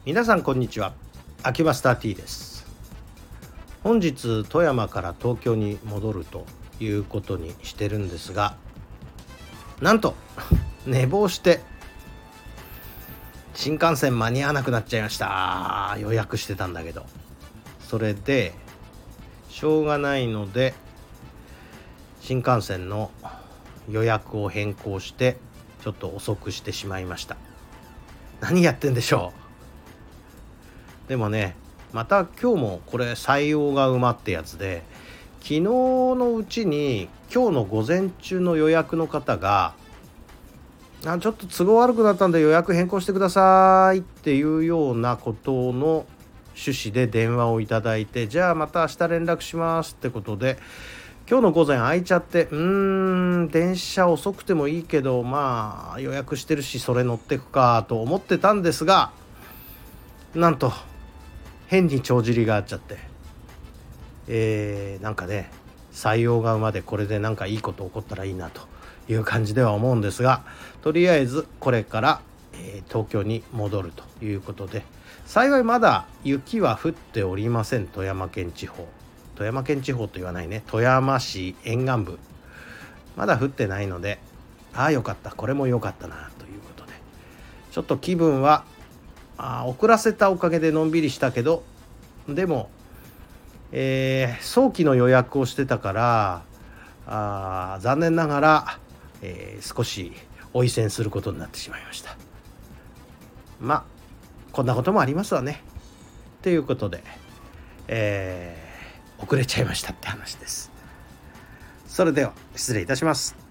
皆さんこんにちは。秋マスター T です。本日富山から東京に戻るということにしてるんですが、なんと寝坊して新幹線間に合わなくなっちゃいました。予約してたんだけど、それでしょうがないので新幹線の予約を変更してちょっと遅くしてしまいました。何やってんでしょう。でもね、また今日もこれ採用が埋まってやつで、昨日のうちに今日の午前中の予約の方がちょっと都合悪くなったんで予約変更してくださいっていうようなことの趣旨で電話をいただいて、じゃあまた明日連絡しますってことで、今日の午前空いちゃって、電車遅くてもいいけどまあ予約してるしそれ乗ってくかと思ってたんですが、なんと変に帳尻があっちゃって、なんかね、採用がまでこれでなんかいいこと起こったらいいなという感じでは思うんですが、とりあえずこれから、東京に戻るということで、幸いまだ雪は降っておりません。富山県地方と言わないね、富山市沿岸部まだ降ってないので、よかった、これも良かったなということで、ちょっと気分は遅らせたおかげでのんびりしたけど、でも、早期の予約をしてたから残念ながら、少し追い線することになってしまいました。まあこんなこともありますわねということで、遅れちゃいましたって話です。それでは失礼いたします。